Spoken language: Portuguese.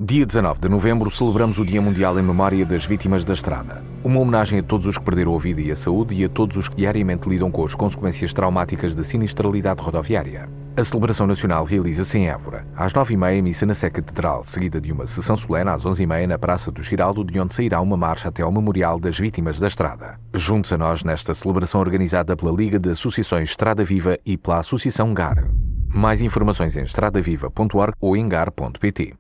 Dia 19 de novembro celebramos o Dia Mundial em memória das vítimas da estrada. Uma homenagem a todos os que perderam a vida e a saúde e a todos os que diariamente lidam com as consequências traumáticas da sinistralidade rodoviária. A celebração nacional realiza-se em Évora, às 9h30, missa na Sé Catedral, seguida de uma sessão solene às 11h30 na Praça do Giraldo, de onde sairá uma marcha até ao Memorial das Vítimas da Estrada. Junte-se a nós nesta celebração organizada pela Liga de Associações Estrada Viva e pela Associação GAR. Mais informações em estradaviva.org ou em gar.pt.